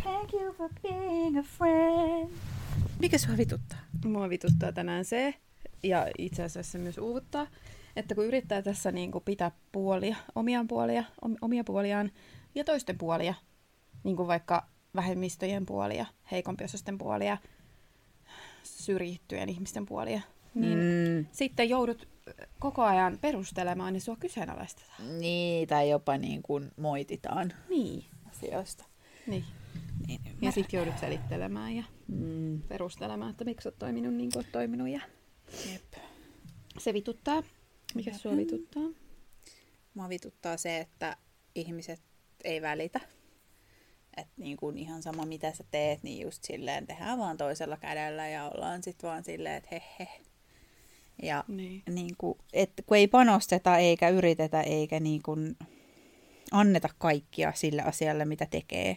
Thank you for being a friend. Mikä sua vituttaa? Mua vituttaa tänään se, ja itse asiassa se myös uuvuttaa, että kun yrittää tässä niin kuin pitää puolia, omia puoliaan ja toisten puolia, niin kuin vaikka vähemmistöjen puolia, heikompiosaisten puolia, syrjittyjen ihmisten puolia, niin sitten joudut koko ajan perustelemaan, niin sua kyseenalaistetaan. Niin, tai jopa niin kuin moititaan Niin. asioista. Niin. Niin, Ja sitten joudut selittelemään ja perustelemaan, että miksi olet toiminut niin kuin olet toiminut. Ja Jep. se vituttaa. Mikä sua vituttaa? Mua vituttaa se, että ihmiset ei välitä. Että niin kuin ihan sama mitä sä teet, niin just silleen tehdään vaan toisella kädellä ja ollaan sit vaan silleen, että he. Ja niin kuin, että kun ei panosteta eikä yritetä eikä niin kuin anneta kaikkia sille asialle, mitä tekee.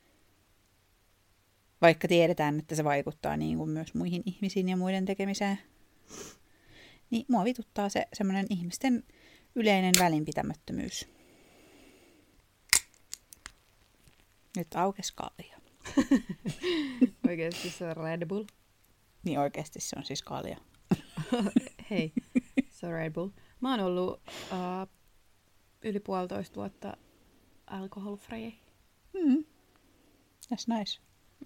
Vaikka tiedetään, että se vaikuttaa niin kuin myös muihin ihmisiin ja muiden tekemiseen. Niin mua vituttaa se semmoinen ihmisten yleinen välinpitämättömyys. Nyt aukesi kalja. Oikeasti se on Red Bull. Niin oikeasti se on siis kalja. Hei, se on Red Bull. Mä oon ollut yli 1,5 vuotta alcohol-free. That's nice.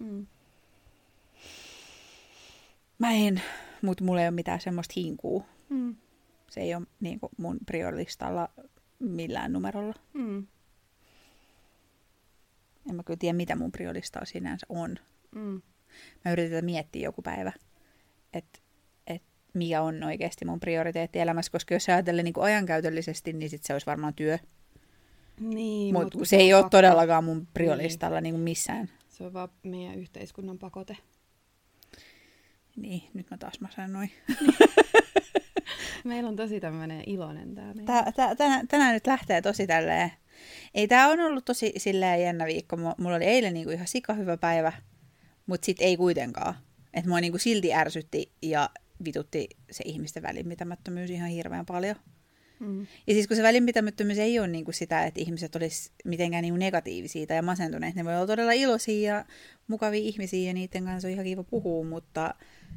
Mä en, mutta mulla ei ole mitään semmoista hinkua. Se ei ole niin kuin mun prioristalla millään numerolla. En mä kyllä tiedä, mitä mun prioristaa sinänsä on. Mä yritän miettiä joku päivä, että mikä on oikeasti mun prioriteetti elämässä, koska jos ajatellen niin kuin ajankäytöllisesti, niin sit se olisi varmaan työ. Niin, mutta se ei ole todellakaan mun prioristalla niin kuin missään. Se on vaan meidän yhteiskunnan pakote. Niin, nyt mä taas sanoin. Meillä on tosi tämmöinen iloinen tää. Tänään nyt lähtee tosi tälleen. Ei, tää on ollut tosi silleen jännä viikko. Mulla oli eilen niinku ihan sikahyvä päivä, mutta sit ei kuitenkaan. Että mua niinku silti ärsytti ja vitutti se ihmisten välinpitämättömyys ihan hirveän paljon. Ja siis kun se välinpitämättömyys ei ole niinku sitä, että ihmiset olisi mitenkään niinku negatiivisia tai masentuneet. Ne voi olla todella iloisia ja mukavia ihmisiä ja niiden kanssa on ihan kiva puhua, mutta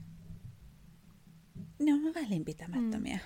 ne on välinpitämättömiä.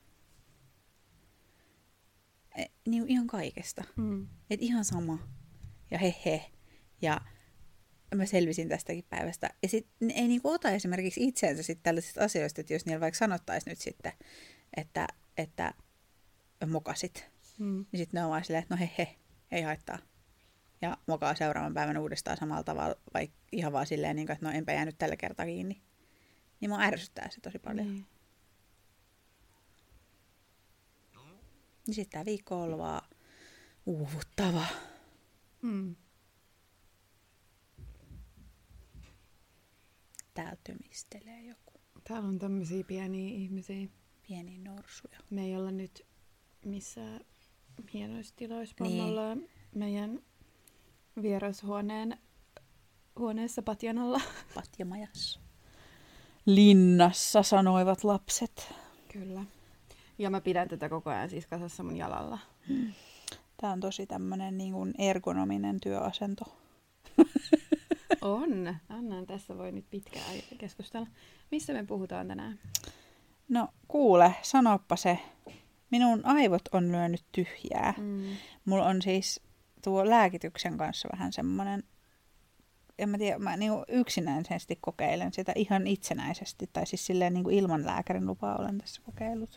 Niin ihan kaikesta. Et ihan sama. Ja he. Ja mä selvisin tästäkin päivästä. Ja sit ne ei niinku ota esimerkiksi itseensä sit tällaisista asioista, että jos niillä vaikka sanottaisi nyt sitten, että mokasit. Niin sitten ne on vaan silleen, että no he, ei haittaa. Ja mokaa seuraavan päivän uudestaan samalla tavalla, vaikka ihan vaan silleen, että no enpä jäänyt tällä kertaa kiinni. Niin mua ärsyttää se tosi paljon. Niin sitten tää viikko on ollut vaan uuvuttava. Täällä tömistelee joku. Täällä on tämmöisiä pieniä ihmisiä. Pieniä norsuja. Me ei olla nyt missään hienoissa tiloissa, vaan me ollaan meidän vierashuoneessa patjan alla. Patjamajassa. Linnassa, sanoivat lapset. Kyllä. Ja mä pidän tätä koko ajan siis kasassa mun jalalla. Tää on tosi tämmönen niin kuin ergonominen työasento. On. Annan, tässä voi nyt pitkään keskustella. Mistä me puhutaan tänään? No kuule, sanoppa se. Minun aivot on lyönyt tyhjää. Mulla on siis tuo lääkityksen kanssa vähän semmonen, en mä tiedä, mä niinku yksinäisesti kokeilen sitä ihan itsenäisesti. Tai siis silleen niinku ilman lääkärin lupaa olen tässä kokeillut.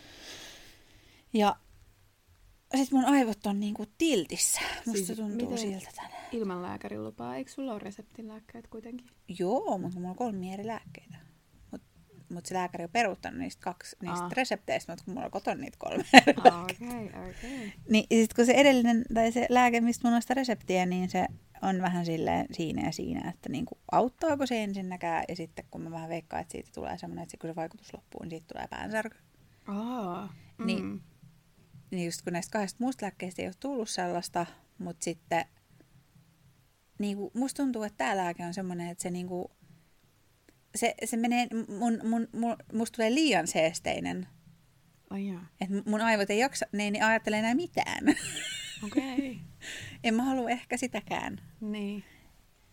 Ja sit mun aivot on niinku tiltissä. Musta siis tuntuu siltä tänään. Ilman lääkärin lupaa? Eikö sulla ole reseptilääkkeet kuitenkin? Joo, mutta mulla on 3 eri lääkkeitä. Mutta se lääkäri on peruuttanut niistä 2 resepteistä, mutta kun mulla on kotona niitä 3 eri lääkkeitä. Okay. Niin sit kun se edellinen, tai se lääke, mistä mulla on sitä reseptiä, niin se on vähän silleen siinä ja siinä, että niinku auttaako se ensinnäkään. Ja sitten kun mä vähän veikkaan, että siitä tulee semmoinen, että kun se vaikutus loppuu, niin siitä tulee päänsärky. Niin just kun näistä 2 muusta lääkkeistä ei ole tullut sellaista, mutta sitten niinku, musta tuntuu, että tää lääke on semmoinen, että se niinku, se menee, musta tulee liian seesteinen. Että mun aivot ei jaksa, ne ei ajattele enää mitään. Okei. En mä halua ehkä sitäkään. Niin.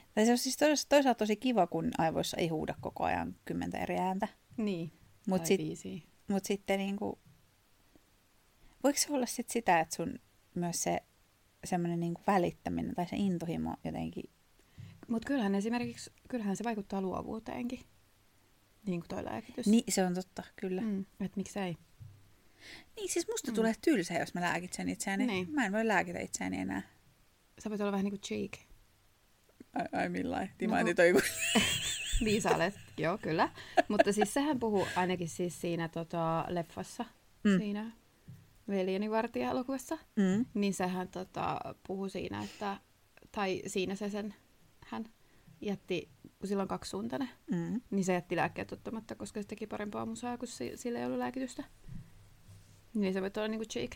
Tai se on siis toisaalta tosi kiva, kun aivoissa ei huuda koko ajan 10 eri ääntä. Niin, Mut sitten niinku, voiko se olla sit sitä, että sun myös se semmoinen niinku välittäminen tai se intohimo jotenkin... Mutta kyllähän se vaikuttaa luovuuteenkin, niin kuin toi lääkitys. Niin, se on totta, kyllä. Että miksei. Niin, siis musta tulee tylsä, jos mä lääkitsen itseäni. Niin. Mä en voi lääkitä itseäni enää. Sä voit olla vähän niin kuin Jake. Ai millain? Timantit on joku. Niin sä olet, joo kyllä. Mutta siis sehän puhuu ainakin siis siinä leffassa, siinä Veljeni vartija-elokuvassa. Niin sehän puhuu siinä, että, tai siinä hän jätti, kun sillä on 2-suuntainen, niin se jätti lääkkeet ottamatta, koska se teki parempaa musaa, kun sillä ei ollut lääkitystä. Niin se voi olla niin kuin Jake.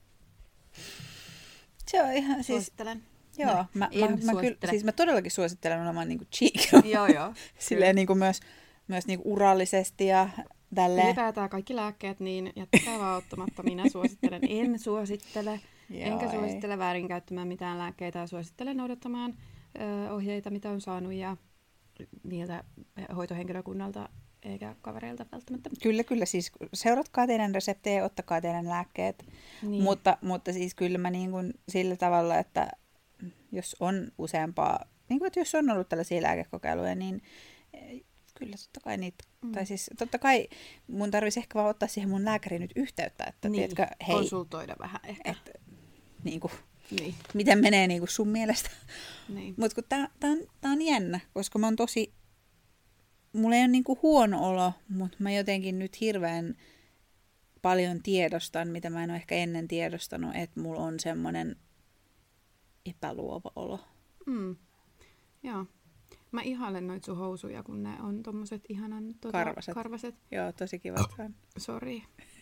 Se on ihan siis... Suosittelen. Joo, mä todellakin suosittelen olemaan niinku cheek. Joo. Silleen niinku myös niinku urallisesti ja tälleen. Ylipäätään kaikki lääkkeet, niin jättäkää vaan ottamatta. Minä suosittelen, en suosittele. Enkä suosittele väärinkäyttämään mitään lääkkeitä ja suosittelen noudattamaan ohjeita, mitä on saanut ja niiltä hoitohenkilökunnalta eikä kavereilta välttämättä. Kyllä, siis seuratkaa teidän reseptejä, ottakaa teidän lääkkeet, niin. mutta siis kyllä mä niin kuin sillä tavalla, että jos on useampaa, niin kuin, että jos on ollut tällaisia lääkekokeiluja, niin kyllä totta kai niitä, tai siis totta kai mun tarvitsisi ehkä vaan ottaa siihen mun lääkäriin nyt yhteyttä, että niin, tiedätkö, hei. Konsultoida vähän ehkä. Että, niin kuin, niin. Miten menee niin kuin sun mielestä. Niin. Mutta kun tää on jännä, koska mä oon mulla ei ole niinku huono olo, mutta mä jotenkin nyt hirveän paljon tiedostan, mitä mä en ole ehkä ennen tiedostanut, että mulla on semmoinen epäluova olo. Joo. Mä ihailen noit sun housuja, kun ne on tommoset ihanan karvaset. Joo, tosi kivat on. Sori.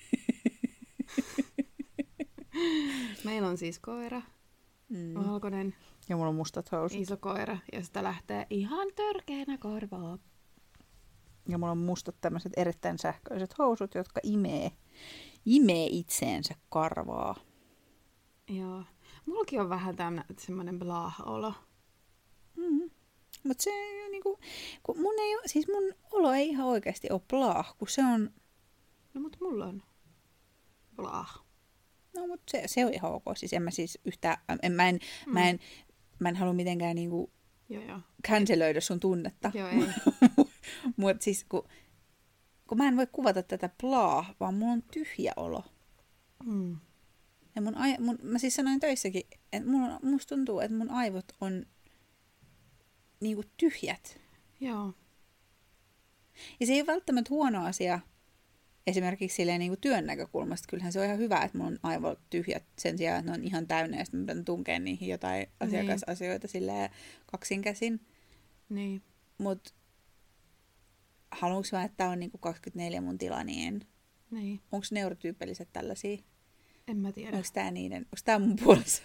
Meillä on siis koira, valkoinen. Ja mulla on mustat housut. Iso koira, ja sitä lähtee ihan törkeänä karvaa. Ja mulla on mustat tämmöiset erittäin sähköiset housut, jotka imee itseensä karvaa. Joo. Mullakin on vähän semmoinen blah-olo. Mutta se niinku, kun mun olo ei ihan oikeasti ole blah, kun se on... No mut mulla on blah. No mut se on ihan ok. Siis en mä siis yhtään... Mä en halua mitenkään niinku cancelöidä sun tunnetta. Joo, ei. Mutta siis kun mä en voi kuvata tätä blah, vaan mulla on tyhjä olo. Ja mä siis sanoin töissäkin, että musta tuntuu, että mun aivot on niinku tyhjät. Joo. Ja se ei ole välttämättä huono asia esimerkiksi silleen niinku työn näkökulmasta. Kyllähän se on ihan hyvä, että mun on aivot tyhjät sen sijaan, että ne on ihan täynnä ja sitten mä pitän tunkea niihin jotain asiakasasioita silleen kaksinkäsin. Niin. Mut haluanko mä, että tää on niinku 24 mun tila, niin onko neurotyypilliset tällaisia? En mä tiedä. Onko tää mun puolessa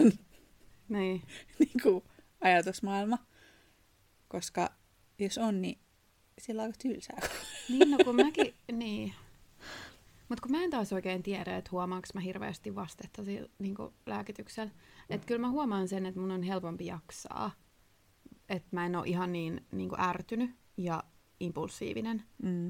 niinku ajatusmaailma? Koska jos on, niin sillä on aika tylsää. Niin, no kun mäkin, niin. Mutta kun mä en taas oikein tiedä, että huomaanko mä hirveästi vastetta niinku lääkityksellä. Että kyllä mä huomaan sen, että mun on helpompi jaksaa. Että mä en ole ihan niin kuin ärtynyt ja impulsiivinen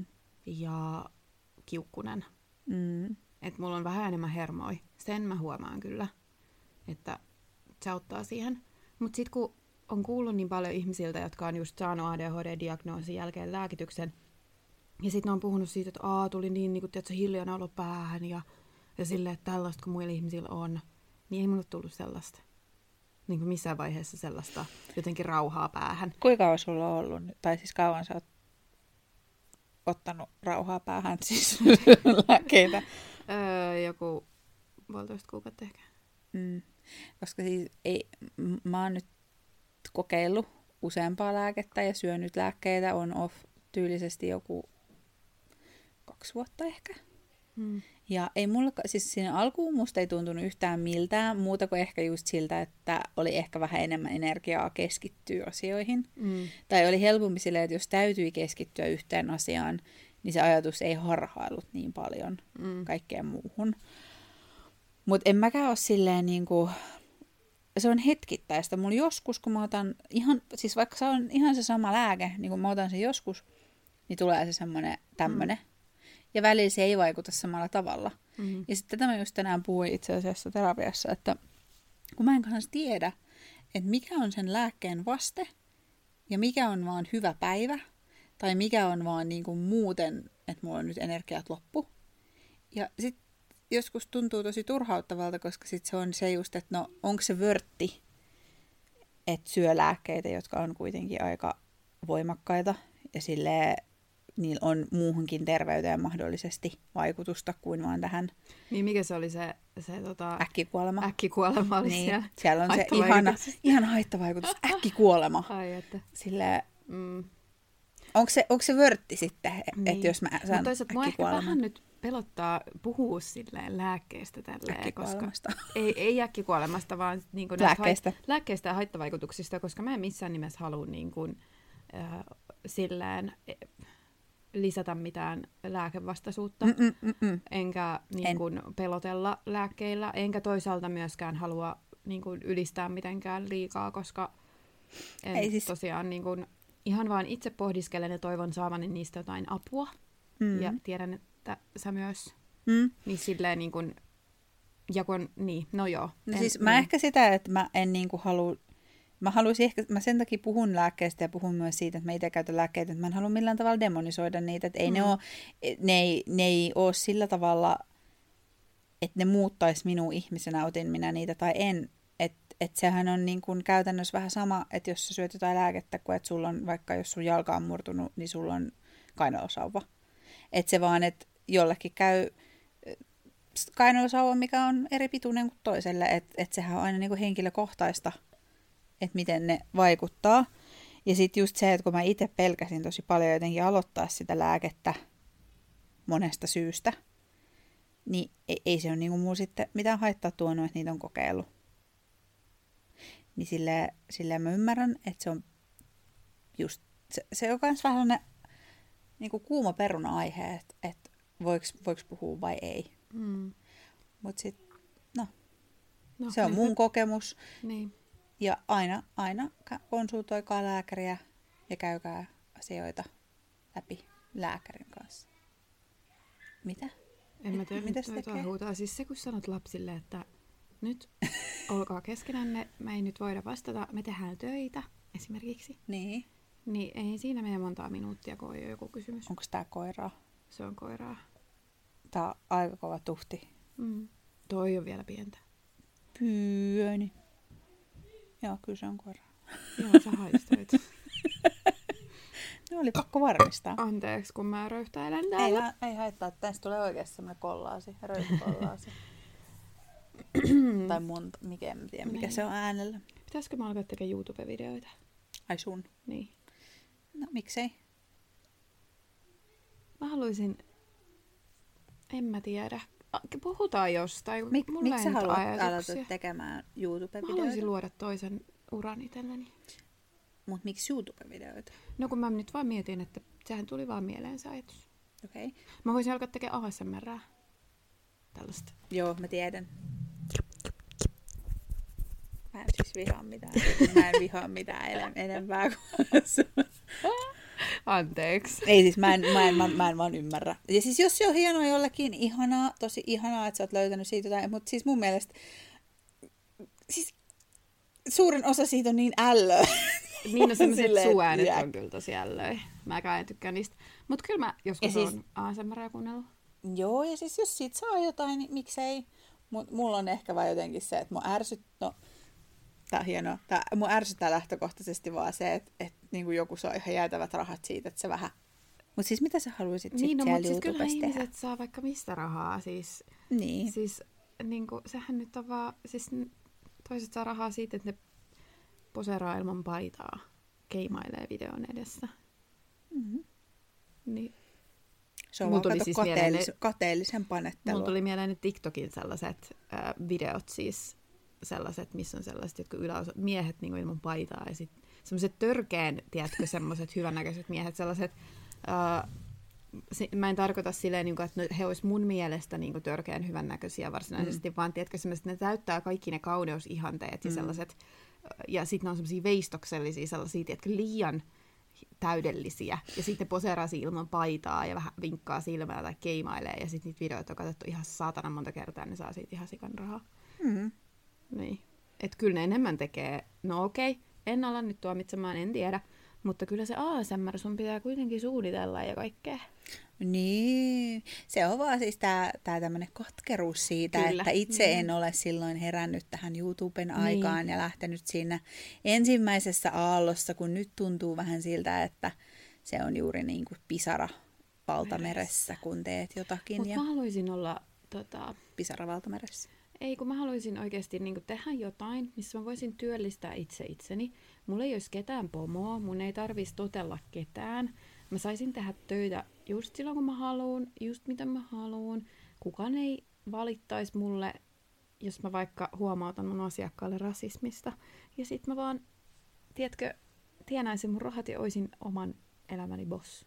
ja kiukkunen. Että mulla on vähän enemmän hermoi. Sen mä huomaan kyllä, että se auttaa siihen. Mutta sitten kun on kuullut niin paljon ihmisiltä, jotka on just saanut ADHD-diagnoosin jälkeen lääkityksen, ja sitten ne on puhunut siitä, että tuli niin kuin, tiedätkö, hiljainen olo päähän ja silleen, että tällaista kuin muilla ihmisillä on, niin ei mulle tullut sellaista. Niin kuin missään vaiheessa sellaista jotenkin rauhaa päähän. Kuinka kauan sulla on ollut? Tai siis kauan sä oot ottanut rauhaa päähän, siis lääkkeitä? Joku 1,5 kuukautta ehkä. Koska siis mä oon nyt kokeillut useampaa lääkettä ja syönyt lääkkeitä on off tyylisesti joku 2 vuotta ehkä. Ja ei mulla, siis siinä alkuun musta ei tuntunut yhtään miltään muuta kuin ehkä just siltä, että oli ehkä vähän enemmän energiaa keskittyä asioihin. Tai oli helpompi silleen, että jos täytyi keskittyä yhteen asiaan, niin se ajatus ei harhaillut niin paljon kaikkeen muuhun. Mutta en mäkään ole silleen niinku se on hetkittäistä. Mulla joskus, kun mä otan ihan, siis vaikka se on ihan se sama lääke, niin kun mä otan sen joskus, niin tulee se semmoinen tämmönen. Ja välillä se ei vaikuta samalla tavalla. Ja sitten tätä mä just tänään puhuin itse asiassa terapiassa, että kun mä en kanssa tiedä, että mikä on sen lääkkeen vaste ja mikä on vaan hyvä päivä tai mikä on vaan niin kuin muuten, että mulla on nyt energiat loppu. Ja sitten joskus tuntuu tosi turhauttavalta, koska sitten se on se just, että no onko se vörtti, että syö lääkkeitä, jotka on kuitenkin aika voimakkaita ja silleen niillä on muuhunkin terveyteen mahdollisesti vaikutusta kuin vaan tähän. Niin mikä se oli se äkkikuolema. Äkkikuolema oli niin, siellä on se ihana haittavaikutus. Äkkikuolema. Ai että. Silleen, onko se vörtti sitten, niin. että jos mä saan toisaalta mua ehkä vähän nyt pelottaa puhua silleen lääkkeestä tälleen, koska ei äkkikuolemasta, vaan niin kuin lääkkeistä ja haittavaikutuksista, koska mä en missään nimessä halua niin kuin, silleen lisätä mitään lääkevastaisuutta, enkä niin kuin pelotella lääkkeillä, enkä toisaalta myöskään halua niin kuin ylistää mitenkään liikaa, koska en siis tosiaan niin kuin, ihan vaan itse pohdiskelen ja toivon saavani niistä jotain apua. Ja tiedän, että sä myös. Niin silleen niin kuin, ja kun, niin, no joo. No siis mä ehkä sitä, että mä en niin kuin halua, mä haluaisin ehkä, mä sen takia puhun lääkkeistä ja puhun myös siitä, että mä itse käytän lääkkeitä, että mä en halua millään tavalla demonisoida niitä, että ei ne ei ole sillä tavalla, että ne muuttaisi minun ihmisenä, otin minä niitä tai en. Että sehän on niin kuin käytännössä vähän sama, että jos sä syöt jotain lääkettä, kuin että sulla on, vaikka jos sun jalka on murtunut, niin sulla on kainalosauva. Että se vaan, että jollekin käy kainalosauva, mikä on eri pituinen kuin toiselle. Että sehän on aina niin kuin henkilökohtaista, että miten ne vaikuttaa. Ja sitten just se, että kun mä itse pelkäsin tosi paljon jotenkin aloittaa sitä lääkettä monesta syystä, niin ei se ole niin kuin mulla sitten mitään haittaa tuonut, että niitä on kokeillut. Niin silleen mä ymmärrän, että se on just, se on myös vähän niin kuin kuuma peruna-aihe, että voiko puhua vai ei. Mutta sitten, no se on mun kokemus. Niin. Ja aina konsultoikaa lääkäriä ja käykää asioita läpi lääkärin kanssa. Mitä? En mä tiedä, mitä toi huutaa. Siis se, kun sanot lapsille, että nyt olkaa keskenänne, me ei nyt voida vastata, me tehdään töitä esimerkiksi. Niin. Niin ei siinä mene montaa minuuttia, kun on joku kysymys. Onko tää koiraa? Se on koiraa. Tää on aika kova tuhti. Toi on vielä pientä. Pieni. Joo, kyllä se on koiraa. Joo, sä haistoit. No oli pakko varmistaa. Anteeksi, kun mä röyhtäilen täällä. Ei haittaa, että tästä tulee oikeasti semmoinen kollaasi, röyhtäkollaasi. Tai monta, en tiedä mikä se on äänellä. Pitäisikö mä alkaa tekemään YouTube-videoita? Ai sun? Niin. No miksei? Mä haluaisin, en mä tiedä. Puhutaan jostain. Miksi sä haluat aloittaa tekemään YouTube-videoita? Mä haluaisin luoda toisen uran itselleni. Mut miksi YouTube-videoita? No kun mä nyt vaan mietin, että sehän tuli vaan mieleen se ajatus. Okei. Okay. Mä voisin alkaa tekemään ASMRää. Tällaista. Joo, mä tiedän. Mä en siis vihaa mitään. Mä en vihaa mitään enempää kuin Anteeksi. Ei siis, mä en vaan ymmärrä. Ja siis jos se on hienoa jollekin, ihanaa, tosi ihanaa, että sä oot löytänyt siitä jotain, mutta siis mun mielestä siis suurin osa siitä on niin ällöä. Niin, no sellaiset suäänet on kyllä tosi ällöä. Mäkään en tykkää niistä. Mutta kyllä mä joskus siis on ASMRää kuunnellut. Joo, ja siis jos siitä saa jotain, niin miksei. Mulla on ehkä vaan jotenkin se, että tää on hienoa. Mun ärsyttää lähtökohtaisesti vaan se, että niin joku saa ihan jäätävät rahat siitä, että se vähän. Mutta siis mitä sä haluaisit niin, sitten siellä YouTubessa tehdä? Niin, mutta siis ihmiset saa vaikka mistä rahaa. Siis, niin. Siis niinku, sehän nyt on vaan, siis toiset saa rahaa siitä, että ne poseeraa ilman paitaa, keimailee videon edessä. Mm-hmm. Niin. Se on vaan siis kateellisen panettelua. Mulla tuli mieleen ne TikTokin sellaiset videot siis, sellaiset, missä on sellaiset, jotka miehet niin kuin ilman paitaa ja sitten semmoiset törkeän, tiedätkö, semmoiset hyvännäköiset miehet, sellaiset mä en tarkoita silleen, niin kuin, että he olisi mun mielestä niin kuin törkeän hyvännäköisiä varsinaisesti, vaan tiedätkö semmoiset, että ne täyttää kaikki ne kauneusihanteet ja sellaiset, ja sitten ne on semmoisia veistoksellisia, sellaisia, tiedätkö, liian täydellisiä. Ja sitten poseeraa ilman paitaa ja vähän vinkkaa silmällä tai keimailee. Ja sitten niitä videoita on katsottu ihan saatana monta kertaa, ja ne saa siitä ihan sikan rahaa. Niin. Että kyllä ne enemmän tekee, no okei, en ala nyt tuomitsemaan, en tiedä. Mutta kyllä se ASMR sun pitää kuitenkin suunnitella ja kaikkea. Niin, se on vaan siis tää tämmönen katkeruus siitä, kyllä, että itse en ole silloin herännyt tähän YouTuben aikaan ja lähtenyt siinä ensimmäisessä aallossa, kun nyt tuntuu vähän siltä, että se on juuri niin kuin pisara valtameressä, kun teet jotakin. Mutta mä haluaisin olla pisara valtameressä. Ei, kun mä haluaisin oikeasti niin kuin tehdä jotain, missä mä voisin työllistää itseni. Mulla ei olisi ketään pomoa, mun ei tarvitsisi totella ketään. Mä saisin tehdä töitä just silloin, kun mä haluun, just mitä mä haluun. Kukaan ei valittaisi mulle, jos mä vaikka huomautan mun asiakkaalle rasismista. Ja sit mä vaan, tiedätkö, tienaisin mun rahat ja oisin oman elämäni boss.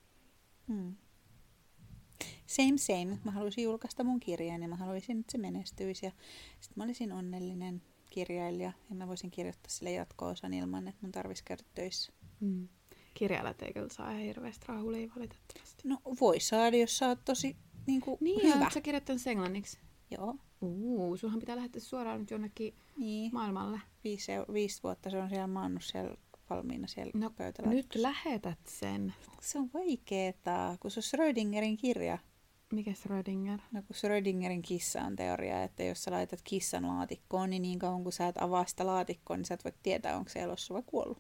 Same. Mä haluaisin julkaista mun kirjan ja mä haluaisin, että se menestyisi. Ja sit mä olisin onnellinen kirjailija ja mä voisin kirjoittaa sille jatko-osan ilman, että mun tarvitsisi käydä töissä. Kirjailijat ei kyllä saa ihan hirveästi rahulia valitettavasti. No voi saada, jos sä oot tosi niin, hyvä. Sä kirjoittanut englanniksi? Joo. Sunhan pitää lähteä suoraan nyt jonnekin maailmalle. 5 vuotta se on siellä maannut siellä valmiina siellä pöytälaatikossa. Nyt lähetät sen. Se on vaikeeta, kun se on Schrödingerin kirja. Mikä Schrödinger? No kun Schrödingerin kissa on teoria, että jos sä laitat kissan laatikkoon, niin kauan kun sä et avaa sitä laatikkoa, niin sä et voi tietää, onko se elossa vai kuollut.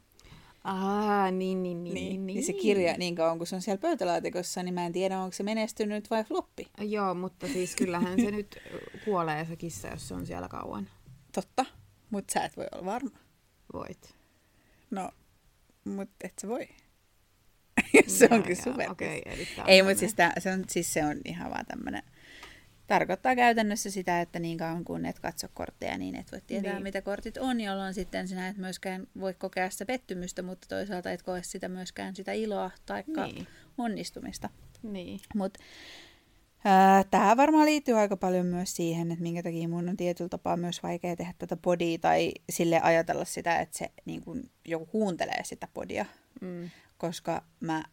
Niin se kirja, niin kauan kun se on siellä pöytälaatikossa, niin mä en tiedä, onko se menestynyt vai floppi. Joo, mutta siis kyllähän se nyt kuolee se kissa, jos se on siellä kauan. Totta, mutta sä et voi olla varma. Voit. No, mutta et sä voi. Se onkin super. Okay, ei, mutta se on ihan vaan tämmönen. Tarkoittaa käytännössä sitä, että niin kauan kun et katso kortteja, niin et voi tietää, mitä kortit on, jolloin sitten sinä et myöskään voi kokea sitä pettymystä, mutta toisaalta et koe sitä myöskään sitä iloa tai onnistumista. Niin. Mut tämä varmaan liittyy aika paljon myös siihen, että minkä takia mun on tietyllä tapaa myös vaikea tehdä tätä podia tai sille ajatella sitä, että se niin kun joku kuuntelee sitä podia, koska mä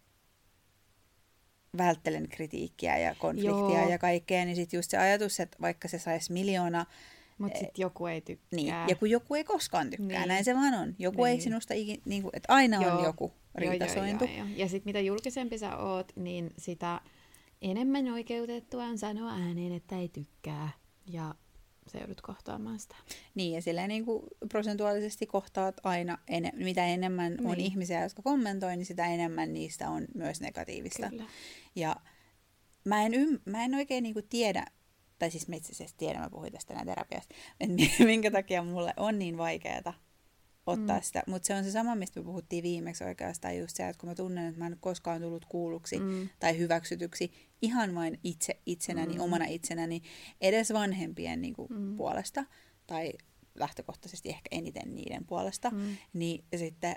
välttelen kritiikkiä ja konfliktia ja kaikkea, niin sitten just se ajatus, että vaikka se saisi 1 miljoona... Mutta sitten joku ei tykkää. Niin, ja kun joku ei koskaan tykkää, näin se vaan on. Joku ei sinusta niinku, että aina on joku riitasointu. Joo. Ja sitten mitä julkisempi sä oot, niin sitä enemmän oikeutettua on sanoa ääneen, että ei tykkää. Ja sä joudut kohtaamaan sitä. Niin, ja silleen niin kuin prosentuaalisesti kohtaat aina, mitä enemmän on ihmisiä, jotka kommentoi, niin sitä enemmän niistä on myös negatiivista. Kyllä. Ja mä en oikein niin kuin tiedä, tai siis mä itse asiassa tiedän, mä puhuin tästä terapiasta, että minkä takia mulle on niin vaikeaa ottaa sitä. Mutta se on se sama, mistä me puhuttiin viimeksi oikeastaan just se, että kun mä tunnen, että mä en koskaan tullut kuulluksi tai hyväksytyksi ihan vain itsenäni, omana itsenäni, edes vanhempien niin kuin, puolesta, tai lähtökohtaisesti ehkä eniten niiden puolesta, niin sitten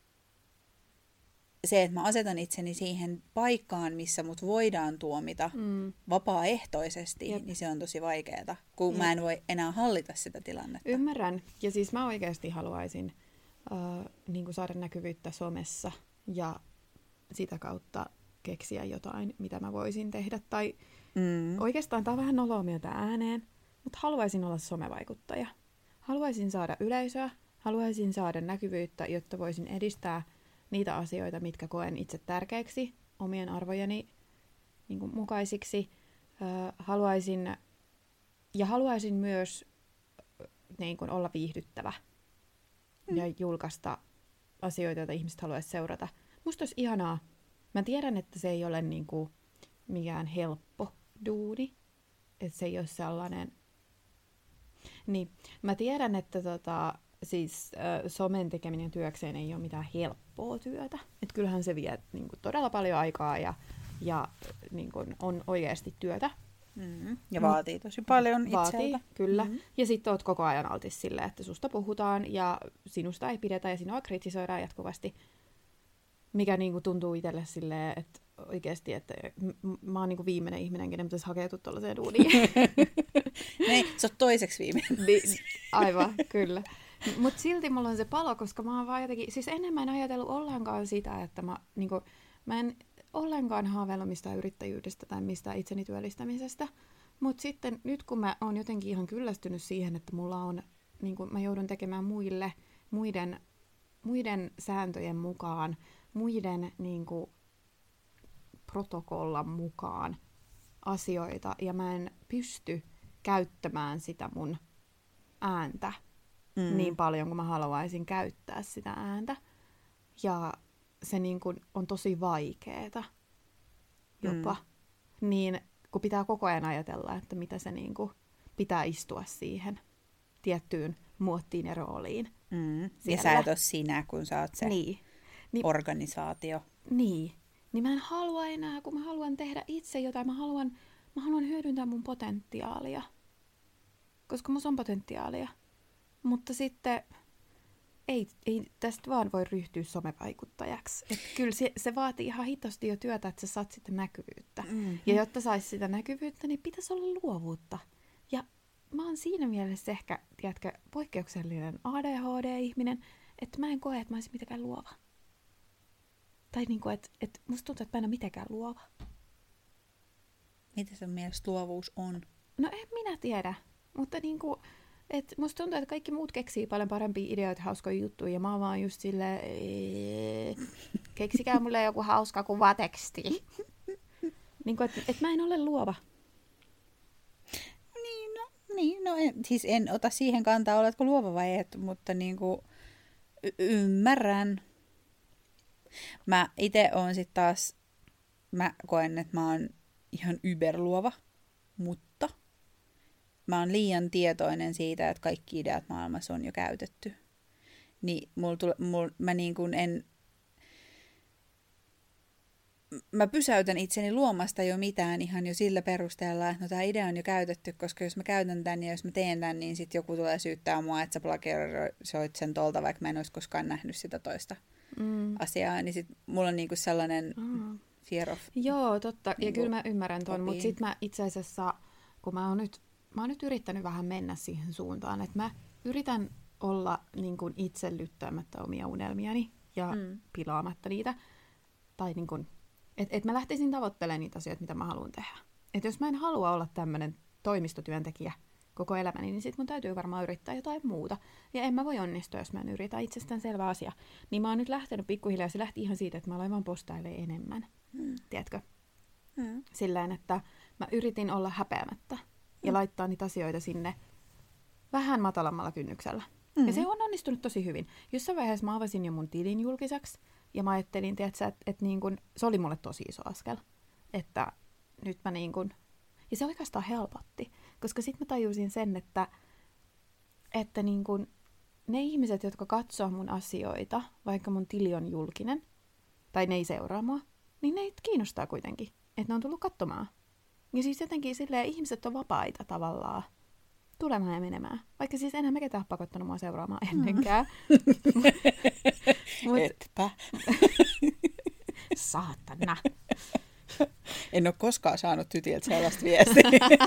se, että mä asetan itseni siihen paikkaan, missä mut voidaan tuomita vapaaehtoisesti, niin se on tosi vaikeaa, kun mä en voi enää hallita sitä tilannetta. Ymmärrän. Ja siis mä oikeasti haluaisin niin kuin saada näkyvyyttä somessa ja sitä kautta keksiä jotain, mitä mä voisin tehdä. Tai oikeastaan tää on vähän noloa mieltä ääneen, mutta haluaisin olla somevaikuttaja. Haluaisin saada yleisöä, haluaisin saada näkyvyyttä, jotta voisin edistää niitä asioita, mitkä koen itse tärkeäksi, omien arvojeni niin kuin mukaisiksi. Haluaisin myös niin kuin olla viihdyttävä ja julkaista asioita, joita ihmiset haluaisi seurata. Musta olisi ihanaa. Mä tiedän, että se ei ole niin kuin mikään helppo duuni. Että se ei ole sellainen... Niin, mä tiedän, että somen tekeminen työkseen ei ole mitään helppoa työtä. Että kyllähän se vie niin kuin todella paljon aikaa ja niin kuin on oikeasti työtä. Ja vaatii tosi paljon itseltä. Vaatii, kyllä. Ja sitten oot koko ajan altis sille, että susta puhutaan ja sinusta ei pidetä ja sinua kritisoidaan jatkuvasti. mikä niinku tuntuu itselle silleen, että oikeasti, että mä oon niinku viimeinen ihminen, kenen pitäisi hakeutua tuollaiseen duuniin. Niin, sä oot toiseksi viimeinen. Aivan, kyllä. Mutta silti mulla on se palo, koska mä oon vaan jotenkin, siis ennen mä en ajatellut ollenkaan sitä, että mä en ollenkaan haaveillut mistään yrittäjyydestä tai mistään itseni työllistämisestä. Mutta sitten nyt kun mä oon jotenkin ihan kyllästynyt siihen, että mulla on, niinku, mä joudun tekemään muiden sääntöjen mukaan, muiden niinku, protokollan mukaan asioita, ja mä en pysty käyttämään sitä mun ääntä niin paljon kuin mä haluaisin käyttää sitä ääntä. Ja se niin kuin on tosi vaikeeta jopa. Niin kun pitää koko ajan ajatella, että mitä se niin kuin pitää istua siihen tiettyyn muottiin ja rooliin. Ja sä et ole sinä, kun sä oot se organisaatio. Niin mä en halua enää, kun mä haluan tehdä itse jotain. Mä haluan hyödyntää mun potentiaalia. Koska musta on potentiaalia. Mutta sitten ei tästä vaan voi ryhtyä somevaikuttajaksi. Et kyllä se vaatii ihan hitosti jo työtä, että sä saat sitten näkyvyyttä. Mm-hmm. Ja jotta saisi sitä näkyvyyttä, niin pitäisi olla luovuutta. Ja mä oon siinä mielessä ehkä, tiedätkö, poikkeuksellinen ADHD-ihminen, että mä en koe, että mä olisin mitenkään luova. Tai niinku, että musta tuntuu, että mä en ole mitenkään luova. Mitä sun mielestä luovuus on? No en minä tiedä, mutta niinku, et musta tuntuu, että kaikki muut keksii paljon parempia ideoita, hauskoja juttuja, ja mä oon vaan just silleen, keksikää mulle joku hauska kuvateksti. Niinku, että mä en ole luova. Siis en ota siihen kantaa, oletko luova vai et, mutta niinku, ymmärrän. Mä ite oon sit taas, mä koen, että mä oon ihan yberluova, mutta mä oon liian tietoinen siitä, että kaikki ideat maailmassa on jo käytetty. Niin mä niin kuin mä pysäytän itseni luomasta jo mitään ihan jo sillä perusteella, että no tää idea on jo käytetty, koska jos mä käytän tän ja jos mä teen tän, niin sit joku tulee syyttää mua, että sä plagiarisoit sen tolta, vaikka mä en olisi koskaan nähnyt sitä toista asiaa. Niin sit mulla on niinku sellainen fear of... Joo, totta. Ja kyllä mä ymmärrän ton, mutta sit mä itse asiassa, kun mä oon nyt yrittänyt vähän mennä siihen suuntaan, että mä yritän olla niin kuin itse lyttäämättä omia unelmiani ja pilaamatta niitä. Tai niin kuin, että mä lähtisin tavoittelemaan niitä asioita, mitä mä haluan tehdä. Että jos mä en halua olla tämmöinen toimistotyöntekijä koko elämäni, niin sit mun täytyy varmaan yrittää jotain muuta. Ja en mä voi onnistua, jos mä en yritä, itsestäänselvä asia. Niin mä oon nyt lähtenyt pikkuhiljaa, se lähti ihan siitä, että mä aloin vaan postailemaan enemmän. Tiedätkö? Silleen, että mä yritin olla häpeämättä ja laittaa niitä asioita sinne vähän matalammalla kynnyksellä. Ja se on onnistunut tosi hyvin. Jossain vaiheessa mä avasin jo mun tilin julkiseksi, ja mä ajattelin, että niin kun, se oli mulle tosi iso askel. Että nyt mä niin kun, ja se oikeastaan helpotti, koska sitten mä tajusin sen, että niin kun, ne ihmiset, jotka katsoo mun asioita, vaikka mun tili on julkinen, tai ne ei seuraa mua, niin ne kiinnostaa kuitenkin, että ne on tullut katsomaan. Ja siis jotenkin silleen ihmiset on vapaita tavallaan tulemaan ja menemään. Vaikka siis enää mä ketään pakottanut mua seuraamaan ennenkään. Etpä. Saatana. En ole koskaan saanut tytiltä sellaista viestiä.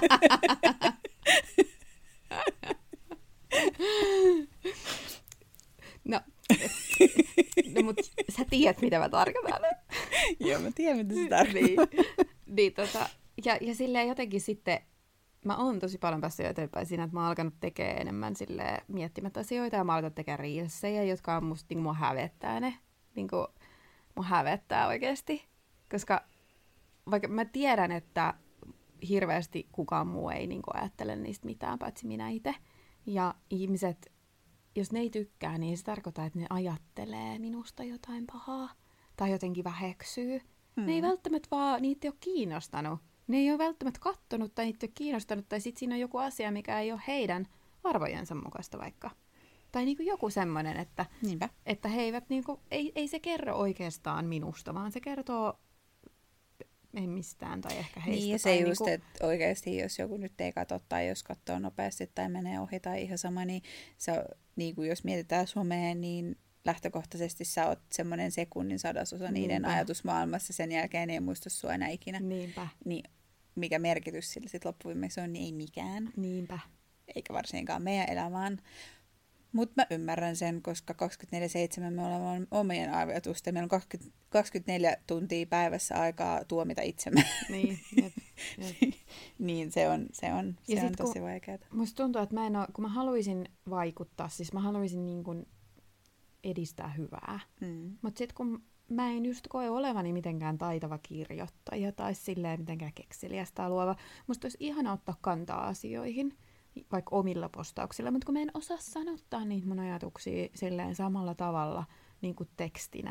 No mutta sä tiedät, mitä mä tarkoitan. Joo, mä tiedän, mitä se tarkoittaa. Niin, ja silleen jotenkin sitten mä oon tosi paljon päässyt eteenpäin siinä, että mä oon alkanut tekemään enemmän silleen miettimättä asioita ja mä oon alkanut tekemään reelsejä, jotka on musta, niin mua hävettää ne. Niin kuin, mua hävettää oikeasti. Koska vaikka mä tiedän, että hirveästi kukaan muu ei niin kuin ajattele niistä mitään, paitsi minä itse. Ja ihmiset, jos ne ei tykkää, niin se tarkoittaa, että ne ajattelee minusta jotain pahaa. Tai jotenkin väheksyy. Ne ei välttämättä vaan, niitä ei ole kiinnostanut. Ne ei ole välttämättä kattonut tai niitä ei ole kiinnostanut, tai sitten siinä on joku asia, mikä ei ole heidän arvojensa mukaista vaikka. Tai niinku joku semmoinen, että he eivät, niinku, ei se kerro oikeastaan minusta, vaan se kertoo ei mistään tai ehkä heistä. Niin ja se just, niinku... että oikeasti jos joku nyt ei katso tai jos katsoo nopeasti tai menee ohi tai ihan sama, niin se, niinku, jos mietitään somea, niin lähtökohtaisesti sä oot semmoinen sekunnin sadasosa niiden ajatusmaailmassa, sen jälkeen ei muista sua enää ikinä. Niinpä. Niin mikä merkitys sillä sitten loppuviimeksi on, niin ei mikään. Niinpä. Eikä varsinkaan meidän elämään. Mutta mä ymmärrän sen, koska 24/7 me olemme omien ajatusten. Meillä on 24 tuntia päivässä aikaa tuomita itsemme. Niin, jep. Niin se on tosi vaikeaa. Musta tuntuu, että kun mä haluaisin vaikuttaa, siis mä haluaisin niin kuin edistää hyvää. Mutta sitten kun mä en just koe olevani mitenkään taitava kirjoittaja tai silleen mitenkään kekseliäs tai luova. Musta olisi ihana ottaa kantaa asioihin, vaikka omilla postauksilla, mutta kun mä en osaa sanottaa niitä mun ajatuksia silleen samalla tavalla niin kuin tekstinä.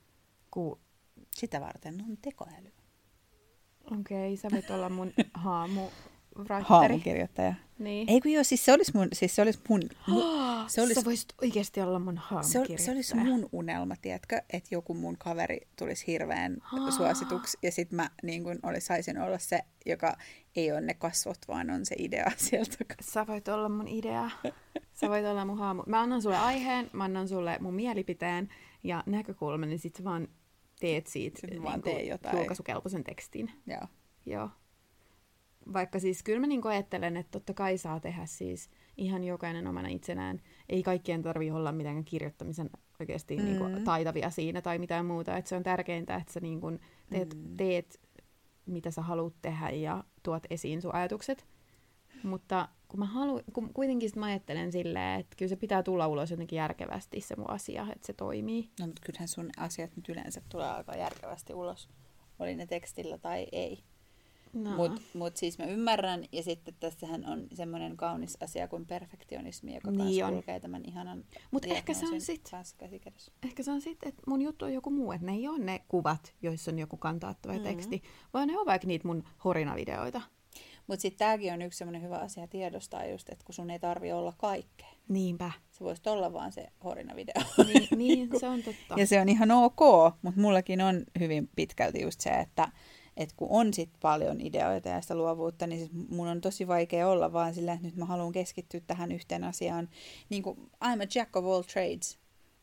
Sitä varten on tekoäly. Okei, sä voit olla mun haamukirjoittaja. Haamukirjoittaja. Niin. Ei kun joo, se olisi mun sä voisit oikeasti olla mun haamukirjoittaja. Se olisi mun unelma, tiedätkö, että joku mun kaveri tulisi hirveän suosituksi ja sit mä niin kun saisin olla se, joka ei ole ne kasvot, vaan on se idea sieltä. Sä voit olla mun idea. Sä voit olla mun haamu. Mä annan sulle aiheen, mä annan sulle mun mielipiteen ja näkökulman, niin sit sä vaan teet siitä julkaisukelpoisen tekstin. Joo. Vaikka siis kyllä mä niin ajattelen, että totta kai saa tehdä siis ihan jokainen omana itsenään. Ei kaikkien tarvitse olla mitenkään kirjoittamisen oikeasti niin kuin taitavia siinä tai mitään muuta. Että se on tärkeintä, että sä niin kuin teet, mitä sä haluat tehdä ja tuot esiin sun ajatukset. Mutta kun kuitenkin mä ajattelen silleen, että kyllä se pitää tulla ulos jotenkin järkevästi se mun asia, että se toimii. No mutta kyllähän sun asiat nyt yleensä tulee aika järkevästi ulos, oli ne tekstillä tai ei. No. Mut siis mä ymmärrän, ja sitten tässähän on semmoinen kaunis asia kuin perfektionismi, joka kanssa kulkee tämän ihanan diagnoosin kanssa käsikädessä. Ehkä se on sitten, että mun juttu on joku muu, että ne ei ole ne kuvat, joissa on joku kantaattava teksti, vaan ne on vaikka niitä mun horinavideoita. Mutta sitten tämäkin on yksi semmoinen hyvä asia tiedostaa just, että kun sun ei tarvi olla kaikkea. Niinpä. Se voisi olla vaan se horinavideo. Niin se on totta. Ja se on ihan ok, mutta mullakin on hyvin pitkälti just se, että kun on sit paljon ideoita ja sitä luovuutta, niin sit mun on tosi vaikea olla vaan sillä, että nyt mä haluan keskittyä tähän yhteen asiaan. Niin kuin I'm a jack of all trades.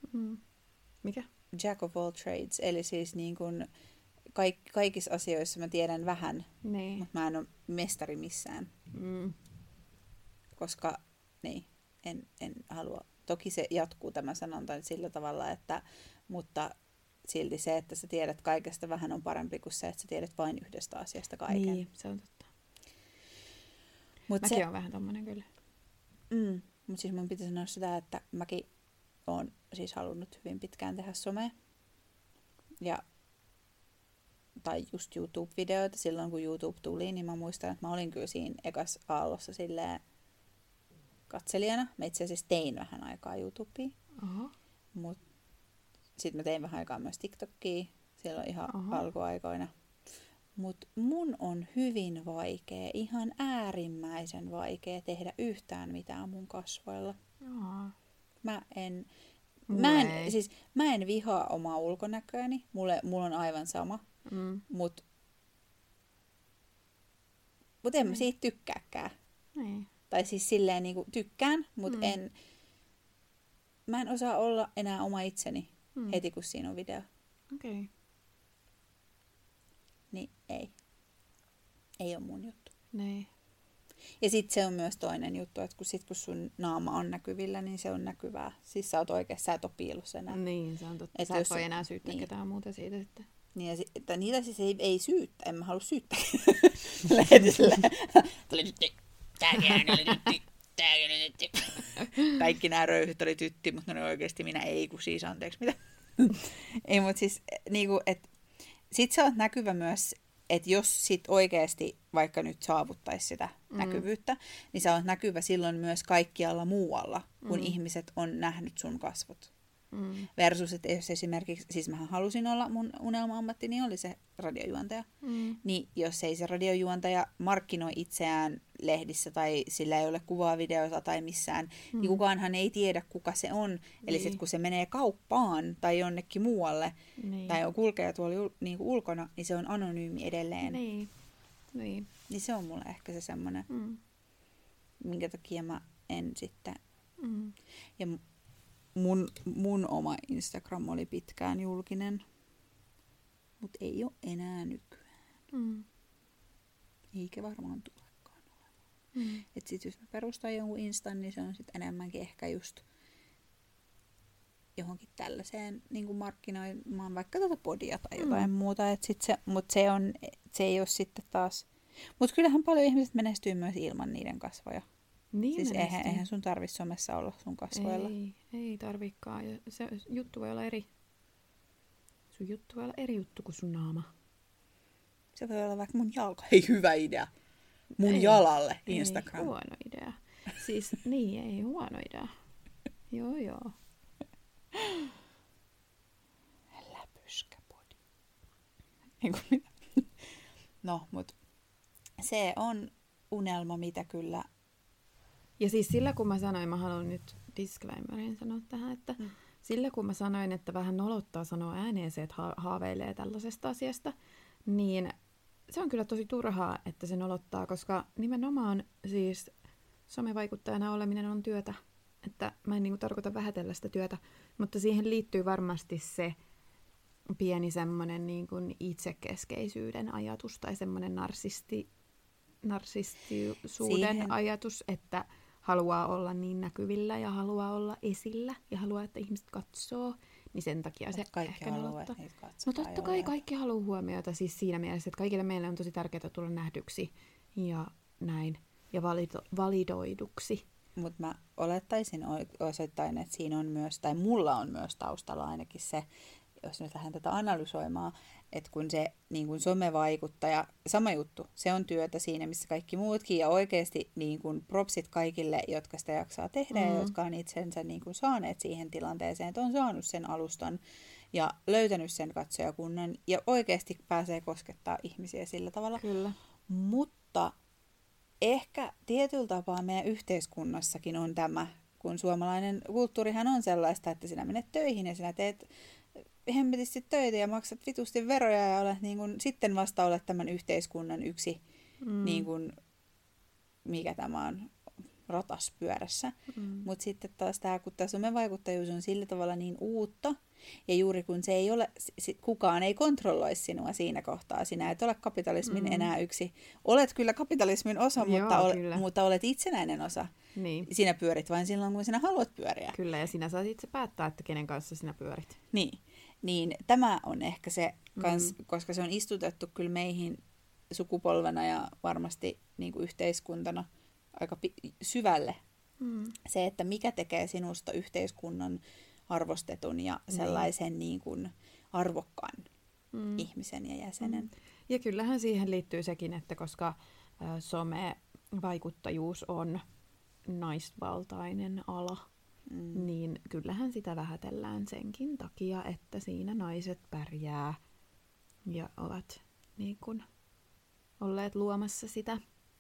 Mikä? Jack of all trades, eli siis niin kuin kaikissa asioissa mä tiedän vähän, mutta mä en ole mestari missään. Koska en halua. Toki se jatkuu tämä sanonta sillä tavalla, mutta silti se, että sä tiedät kaikesta vähän on parempi kuin se, että sä tiedät vain yhdestä asiasta kaiken. Niin, se on totta. Mäkin on vähän tommonen kyllä. Mutta siis mun pitää sanoa sitä, että mäkin oon siis halunnut hyvin pitkään tehdä somea. Tai just YouTube-videoita. Silloin kun YouTube tuli, niin mä muistan, että mä olin kyllä siinä ekas aallossa silleen katselijana. Mä itse asiassa tein vähän aikaa YouTubea. Mutta sitten mä tein vähän aikaa myös TikTokia. Silloin ihan alkuaikoina. Mutta mun on hyvin vaikea, ihan äärimmäisen vaikea tehdä yhtään mitään mun kasvoilla. Mä en vihaa omaa ulkonäköäni. Mulla on aivan sama. Mut en mä siitä tykkääkään. Tai siis silleen niinku tykkään, mut mä en osaa olla enää oma itseni heti kun siinä on video. Okei. Niin ei ole mun juttu. Niin. Ja sit se on myös toinen juttu, että kun sun naama on näkyvillä, niin se on näkyvää. Siis sä oot oikeassa, sä et ole piilossa enää. Niin, se on totta. Sä et voi enää syyttää ketään muuta siitä sitten. Niin, ja niitä siis ei syyttä, en mä halua syyttää. Lehtiselle. Tuli tytti. Tääkin oli tytti. Tääkin oli tytti. Kaikki nämä röyhyt oli tytti, mutta ne oikeasti minä ei, kun siis anteeksi mitä. Ei, mutta siis niinku, että sit sä oot näkyvä myös, että jos sit oikeasti vaikka nyt saavuttaisi sitä näkyvyyttä, niin sä oot näkyvä silloin myös kaikkialla muualla, kun ihmiset on nähnyt sun kasvot. Versus, että jos esimerkiksi, siis mähän halusin olla, mun unelma-ammattini oli se radiojuontaja, niin jos ei se radiojuontaja markkinoi itseään lehdissä tai sillä ei ole kuvaa videota tai missään, niin kukaanhan ei tiedä, kuka se on. Eli sitten kun se menee kauppaan tai jonnekin muualle tai on kulkee tuolla niinku ulkona, niin se on anonyymi edelleen. Niin se on mulle ehkä se semmoinen, minkä takia mä en sitten... Ja mun oma Instagram oli pitkään julkinen, mutta ei ole enää nykyään. Eikä varmaan tulekaan olemaan. Et sit jos mä perustan jonkun Instan, niin se on sit enemmänkin ehkä just johonkin tällaiseen niin markkinoimaan vaikka tuota podia tai jotain muuta. Mutta se ei ole sitten taas. Mutta kyllähän paljon ihmiset menestyy myös ilman niiden kasvoja. Niin siis eihän sun tarvitse somessa olla sun kasvoilla. Ei tarvikaan. Ja se juttu voi olla eri. Sun juttu voi olla eri juttu kuin sun naama. Se voi olla vaikka mun jalka. Hei, hyvä idea. Mun jalalle Instagram. Ei huono idea. Siis niin, ei huono idea. Joo. Läpyskäpodi. No, mut se on unelma, mitä kyllä. Ja siis sillä kun mä sanoin, mä haluan nyt disclaimerin sanoa tähän, että sillä kun mä sanoin, että vähän nolottaa sanoa ääneen se, että haaveilee tällaisesta asiasta, niin se on kyllä tosi turhaa, että se nolottaa, koska nimenomaan siis somevaikuttajana oleminen on työtä. Että mä en tarkoita vähätellä sitä työtä, mutta siihen liittyy varmasti se pieni semmoinen itsekeskeisyyden ajatus tai semmoinen narsistisuuden ajatus, että haluaa olla niin näkyvillä ja haluaa olla esillä ja haluaa, että ihmiset katsoo, niin sen takia se ehkä nolottaa. No totta kai kaikki haluaa huomiota siis siinä mielessä, että kaikille meille on tosi tärkeää tulla nähdyksi ja näin ja validoiduksi. Mutta mä olettaisin osoittain, että siinä on myös, tai mulla on myös taustalla ainakin se, jos nyt lähden tätä analysoimaan, että kun se niin kun somevaikuttaja, sama juttu, se on työtä siinä, missä kaikki muutkin, ja oikeasti niin kun propsit kaikille, jotka sitä jaksaa tehdä, ja jotka on itsensä niin kun saaneet siihen tilanteeseen, että on saanut sen alustan, ja löytänyt sen katsojakunnan, ja oikeasti pääsee koskettaa ihmisiä sillä tavalla. Kyllä. Mutta ehkä tietyllä tapaa meidän yhteiskunnassakin on tämä, kun suomalainen kulttuurihan on sellaista, että sinä menet töihin ja sinä teet hemmetisti töitä ja maksat vitusti veroja ja olet sitten vasta olet tämän yhteiskunnan yksi, mikä tämä on, rotas pyörässä. Mutta sitten taas kun tämä somevaikuttajuus on sillä tavalla niin uutta, ja juuri kun se ei ole, kukaan ei kontrolloi sinua siinä kohtaa. Sinä et ole kapitalismin enää yksi. Olet kyllä kapitalismin osa, mutta olet itsenäinen osa. Niin. Sinä pyörit vain silloin, kun sinä haluat pyöriä. Kyllä, ja sinä saat itse päättää, että kenen kanssa sinä pyörit. Niin tämä on ehkä se, koska se on istutettu kyllä meihin sukupolvena ja varmasti niin kuin yhteiskuntana aika syvälle. Se, että mikä tekee sinusta yhteiskunnan arvostetun ja sellaisen niin kuin arvokkaan ihmisen ja jäsenen. Ja kyllähän siihen liittyy sekin, että koska somevaikuttajuus on naisvaltainen ala, niin kyllähän sitä vähätellään senkin takia, että siinä naiset pärjää ja ovat niin kuin olleet luomassa sitä.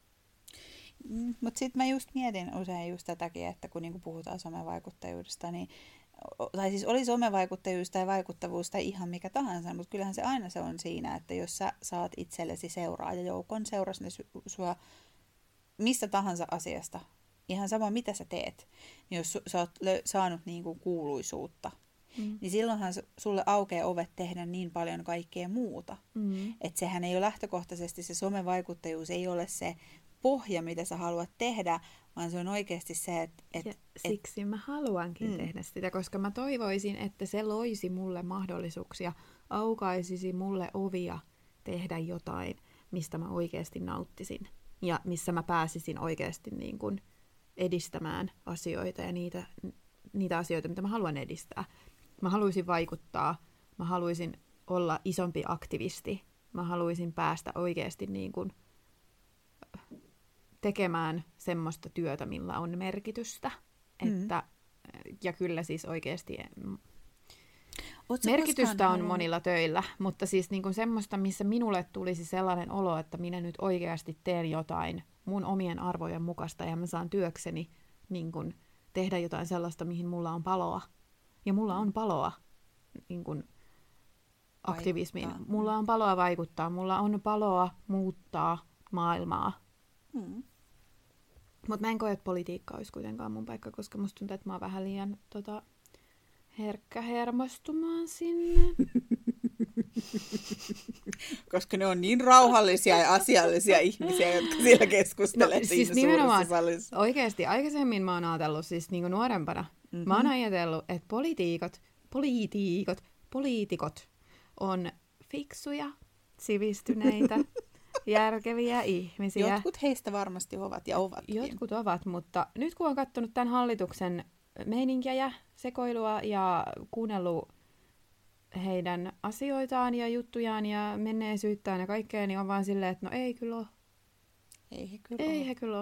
Mutta sitten mä just mietin usein just tätäkin, että kun niinku puhutaan somevaikuttajuudesta, niin tai siis oli somevaikuttajuus tai vaikuttavuus tai ihan mikä tahansa, mutta kyllähän se aina se on siinä, että jos sä saat itsellesi seuraajajoukon, seurasi ne sua mistä tahansa asiasta, ihan sama mitä sä teet, niin jos sä oot saanut niinku kuuluisuutta, niin silloinhan sulle aukeaa ovet tehdä niin paljon kaikkea muuta. Että sehän ei ole lähtökohtaisesti, se somevaikuttajuus ei ole se pohja, mitä sä haluat tehdä, vaan se on oikeasti se, että siksi mä haluankin tehdä sitä, koska mä toivoisin, että se loisi mulle mahdollisuuksia, aukaisisi mulle ovia tehdä jotain, mistä mä oikeasti nauttisin ja missä mä pääsisin oikeasti niin kuin edistämään asioita ja niitä asioita, mitä mä haluan edistää. Mä haluaisin vaikuttaa, mä haluaisin olla isompi aktivisti, mä haluaisin päästä oikeasti niin kuin tekemään semmoista työtä, millä on merkitystä. Että, ja kyllä siis oikeasti merkitystä on monilla töillä, mutta siis niin kuin semmoista, missä minulle tulisi sellainen olo, että minä nyt oikeasti teen jotain mun omien arvojen mukaista ja mä saan työkseni niin kuin tehdä jotain sellaista, mihin mulla on paloa. Ja mulla on paloa niin kuin aktivismiin. Mulla on paloa vaikuttaa, mulla on paloa muuttaa maailmaa. Mutta mä en koe, että politiikka olisi kuitenkaan mun paikka, koska musta tuntuu, että mä oon vähän liian herkkä hermostumaan sinne. Koska ne on niin rauhallisia ja asiallisia ihmisiä, jotka siellä keskustelee siinä siis suuressa salissa. Oikeasti aikaisemmin mä oon ajatellut, siis niin kuin nuorempana, mä oon ajatellut, että poliitikot on fiksuja, sivistyneitä, järkeviä ihmisiä. Jotkut heistä varmasti ovat ja ovatkin. Jotkut ovat, mutta nyt kun on katsonut tämän hallituksen meininkiä ja sekoilua ja kuunnellut heidän asioitaan ja juttujaan ja menneisyyttään ja kaikkea, niin on vaan silleen, että no ei kyllä ole. Ei he kyllä ole.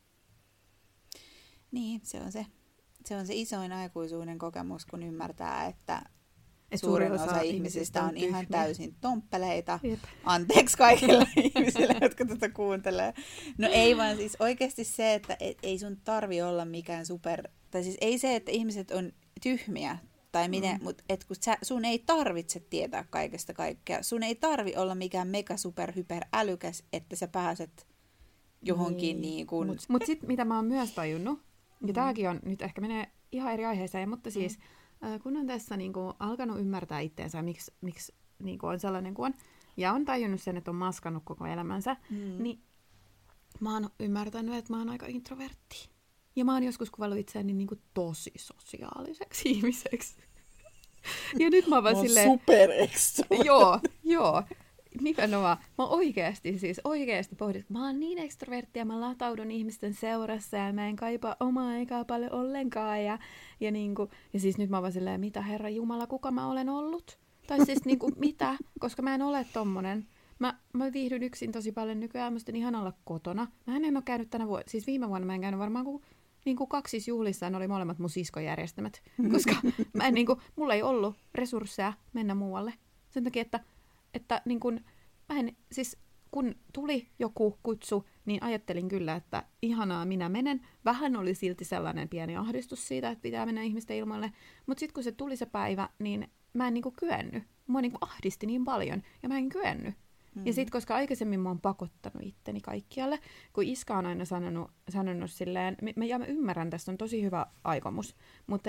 Niin, se on se isoin aikuisuuden kokemus, kun ymmärtää, että suurin osa ihmisistä on ihan täysin tomppeleita. Jep. Anteeksi kaikille ihmisille, jotka tätä kuuntelee. No ei vaan siis oikeasti se, että ei sun tarvi olla mikään tai siis ei se, että ihmiset on tyhmiä tai miten, mutta kun sun ei tarvitse tietää kaikesta kaikkea. Sun ei tarvi olla mikään mega super hyper älykäs, että sä pääset johonkin niin kuin... Mutta sitten mitä mä oon myös tajunnut, ja tääkin on, nyt ehkä menee ihan eri aiheeseen, mutta siis kun on tässä niinku alkanut ymmärtää itteensä, miksi niinku on sellainen kuin on, ja on tajunnut sen, että on maskannut koko elämänsä, niin mä oon ymmärtänyt, että mä oon aika introvertti. Ja mä oon joskus kuvaillut itseäni niinku tosi sosiaaliseksi ihmiseksi. Ja nyt mä oon vaan silleen... superextrovertti. Joo. Nimenomaan. Mä oikeasti pohdin, mä oon niin ekstrovertti ja mä lataudun ihmisten seurassa ja mä en kaipaa omaa aikaa paljon ollenkaan. Ja siis nyt mä oon vaan silleen, mitä herra Jumala, kuka mä olen ollut? Tai siis niinku, mitä? Koska mä en ole tommonen. Mä viihdyn yksin tosi paljon nykyään, musta on ihana olla kotona. Mä en ole käynyt siis viime vuonna mä en käynyt varmaan kuin 2 juhlissa, ne oli molemmat mun siskon järjestämät. Koska mulla ei ollut resursseja mennä muualle. Sen takia, että niin kun, siis kun tuli joku kutsu, niin ajattelin kyllä, että ihanaa, minä menen. Vähän oli silti sellainen pieni ahdistus siitä, että pitää mennä ihmisten ilmoille. Mutta sitten kun se tuli se päivä, niin mä en kyennyt. Mua ahdisti niin paljon ja mä en kyennyt. Ja sitten, koska aikaisemmin mä oon pakottanut itteni kaikkialle, kun Iska on aina sanonut silleen, mä ymmärrän, tässä on tosi hyvä aikomus, mutta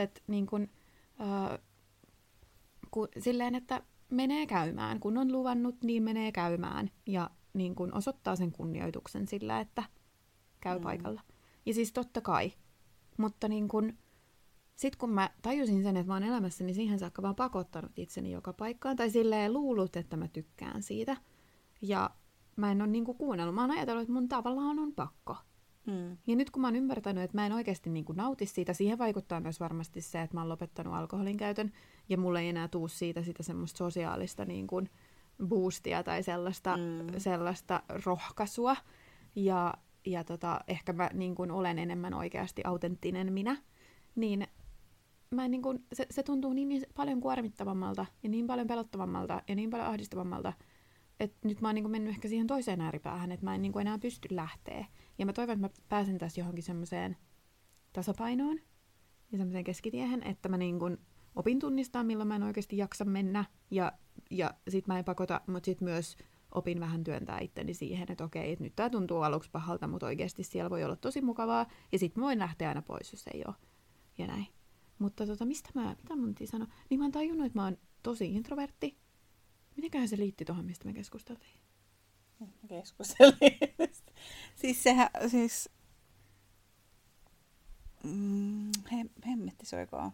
silleen, että menee käymään. Kun on luvannut, niin menee käymään. Ja niin kun osoittaa sen kunnioituksen sillä, että käy paikalla. Ja siis totta kai. Mutta niin kun, sit kun mä tajusin sen, että mä oon elämässäni siihen saakka vaan pakottanut itseni joka paikkaan. Tai silleen luullut, että mä tykkään siitä. Ja mä en ole niin kun kuunnellut. Mä oon ajatellut, että mun tavallaan on pakko. Ja nyt kun mä oon ymmärtänyt, että mä en oikeasti niin kuin nauti siitä, siihen vaikuttaa myös varmasti se, että mä oon lopettanut alkoholin käytön ja mulla ei enää tuu siitä sitä semmoista sosiaalista niin kuin boostia tai sellaista rohkaisua. Ja ehkä mä niin kuin olen enemmän oikeasti autenttinen minä, niin mä niin kuin, se tuntuu niin paljon kuormittavammalta ja niin paljon pelottavammalta ja niin paljon ahdistavammalta, että nyt mä oon niin kuin mennyt ehkä siihen toiseen ääripäähän, että mä en niin kuin enää pysty lähteä. Ja mä toivon, että mä pääsen tässä johonkin semmoiseen tasapainoon ja semmoiseen keskitiehen, että mä niin kuin opin tunnistaa, milloin mä en oikeasti jaksa mennä. Ja sit mä en pakota, mutta sit myös opin vähän työntää itteni siihen, että okei, että nyt tää tuntuu aluksi pahalta, mutta oikeasti siellä voi olla tosi mukavaa. Ja sit mä voin lähteä aina pois, jos ei ole. Ja näin. Mutta mitä mun piti sanoa? Niin mä oon tajunnut, että mä oon tosi introvertti. Mitenköhän se liittyy tuohon, mistä me keskusteltiin? Hemmetti soikaa.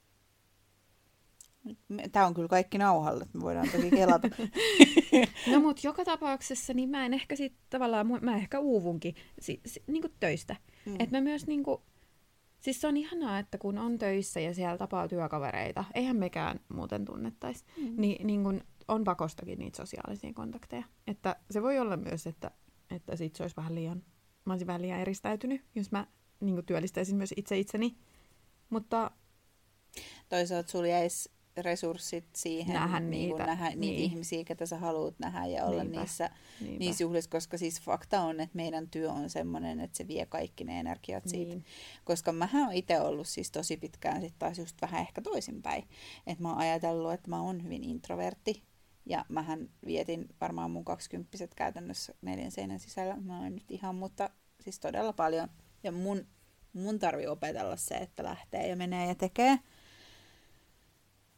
Tää on kyllä kaikki nauhalle, me voidaan toki kelata. No mut joka tapauksessa niin mä en ehkä sit tavallaan, mä ehkä uuvunkin niinku töistä. Että mä myös niinku, siis se on ihanaa, että kun on töissä ja siellä tapaa työkavereita, eihän mekään muuten tunnettais, niin kun on pakostakin niitä sosiaalisia kontakteja. Että se voi olla myös, että sit se olisi mä olisin vähän liian eristäytynyt, jos mä niin kuin työllistäisin myös itseni. Mutta toisaalta sulla jäisi resurssit siihen nähdä niitä ihmisiä, ketä sä haluat nähdä ja olla niissä juhlissa, koska siis fakta on, että meidän työ on semmoinen, että se vie kaikki ne energiat siitä. Koska mähän oon itse ollut siis tosi pitkään sit taas just vähän ehkä toisinpäin. Että mä oon ajatellut, että mä oon hyvin introvertti ja mähän vietin varmaan mun 20-vuotiaat käytännössä 4 seinän sisällä. Mä oon nyt ihan, mutta siis todella paljon. Ja mun tarvii opetella se, että lähtee ja menee ja tekee.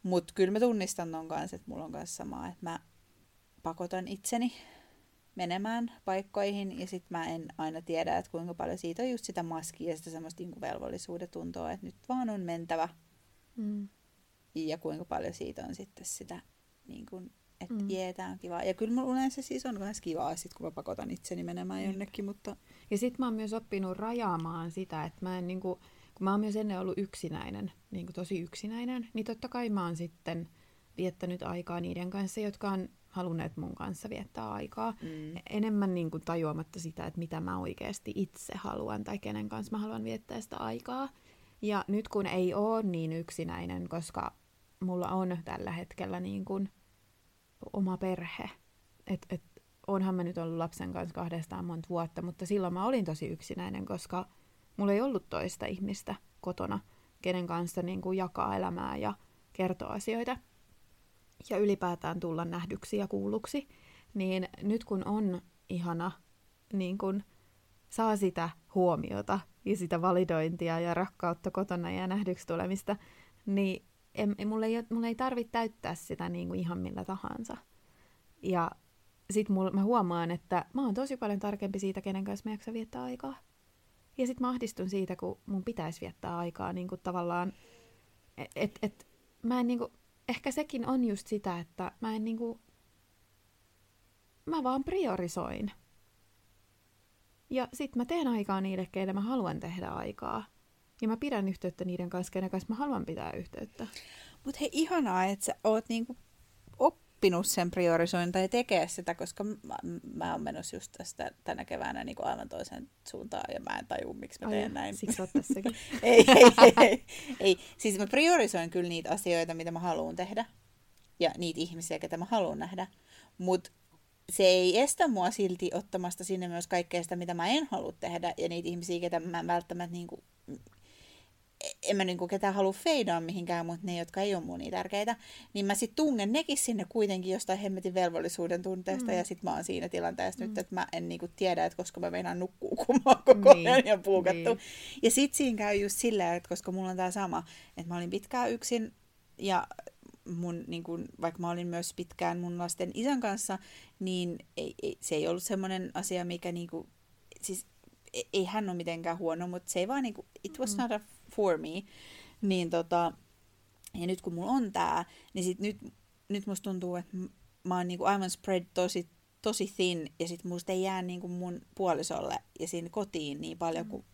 Mutta kyllä mä tunnistan ton kanssa, että mulla on kanssa samaa, että mä pakotan itseni menemään paikkoihin ja sit mä en aina tiedä, että kuinka paljon siitä on just sitä maskia ja sitä semmoista niinku velvollisuuden tuntoa, että nyt vaan on mentävä. Ja kuinka paljon siitä on sitten sitä, niinku, että tää on kivaa. Ja kyllä mulla yleensä siis on myös kivaa, sit, kun mä pakotan itseni menemään jonnekin. Mutta... Ja sit mä oon myös oppinut rajaamaan sitä, että mä en niinku, kun mä oon myös ennen ollut yksinäinen, niinku tosi yksinäinen, niin totta kai mä oon sitten viettänyt aikaa niiden kanssa, jotka on halunneet mun kanssa viettää aikaa. Enemmän niin kuin tajuamatta sitä, että mitä mä oikeasti itse haluan tai kenen kanssa mä haluan viettää sitä aikaa. Ja nyt kun ei ole niin yksinäinen, koska mulla on tällä hetkellä niin kuin oma perhe. Onhan mä nyt ollut lapsen kanssa 2 monta vuotta, mutta silloin mä olin tosi yksinäinen, koska mulla ei ollut toista ihmistä kotona, kenen kanssa niin kuin jakaa elämää ja kertoa asioita. Ja ylipäätään tulla nähdyksi ja kuulluksi, niin nyt kun on ihana, niin kun saa sitä huomiota ja sitä validointia ja rakkautta kotona ja nähdyksi tulemista, niin mulla ei tarvitse täyttää sitä niin kuin ihan millä tahansa. Ja sit mä huomaan, että mä oon tosi paljon tarkempi siitä, kenen kanssa mä jaksan viettää aikaa. Ja sit mä ahdistun siitä, kun mun pitäisi viettää aikaa niin kuin tavallaan, mä en niin kuin, ehkä sekin on just sitä, että mä en niinku, mä vaan priorisoin. Ja sit mä teen aikaa niille, keille mä haluan tehdä aikaa. Ja mä pidän yhteyttä niiden kanssa, kenen kanssa mä haluan pitää yhteyttä. Mut hei, ihanaa, että sä oot niinku oppinut sen priorisoin tai tekee sitä, koska mä oon menossa just tästä tänä keväänä niinku aivan toiseen suuntaan ja mä en tajua, miksi mä teen näin. Siksi oot tässäkin. ei. Siis mä priorisoin kyllä niitä asioita, mitä mä haluan tehdä ja niitä ihmisiä, ketä mä haluan nähdä, mutta se ei estä mua silti ottamasta sinne myös kaikkea sitä, mitä mä en halua tehdä ja niitä ihmisiä, ketä mä välttämättä niinku, en mä niinku ketään halua feidaa mihinkään, mutta ne, jotka ei ole mun niin tärkeitä, niin mä sit tungen nekin sinne kuitenkin jostain hemmetin velvollisuuden tunteesta, ja sit mä oon siinä tilanteessa nyt, että mä en niinku tiedä, että koska mä meinaan nukkuu, kun mä oon koko ajan ja puukattu. Niin. Ja sit siinä käy just silleen, että koska mulla on tää sama, että mä olin pitkään yksin, ja mun, niinku, vaikka mä olin myös pitkään mun lasten isän kanssa, niin se ei ollut semmoinen asia, mikä niinku, siis ei hän ole mitenkään huono, mutta se ei vaan niinku, it was not for me. Niin ja nyt kun mulla on tää, niin sit nyt musta tuntuu, että mä oon niinku aivan spread tosi thin, ja sit musta ei jää niinku mun puolisolle ja siinä kotiin niin paljon, kuin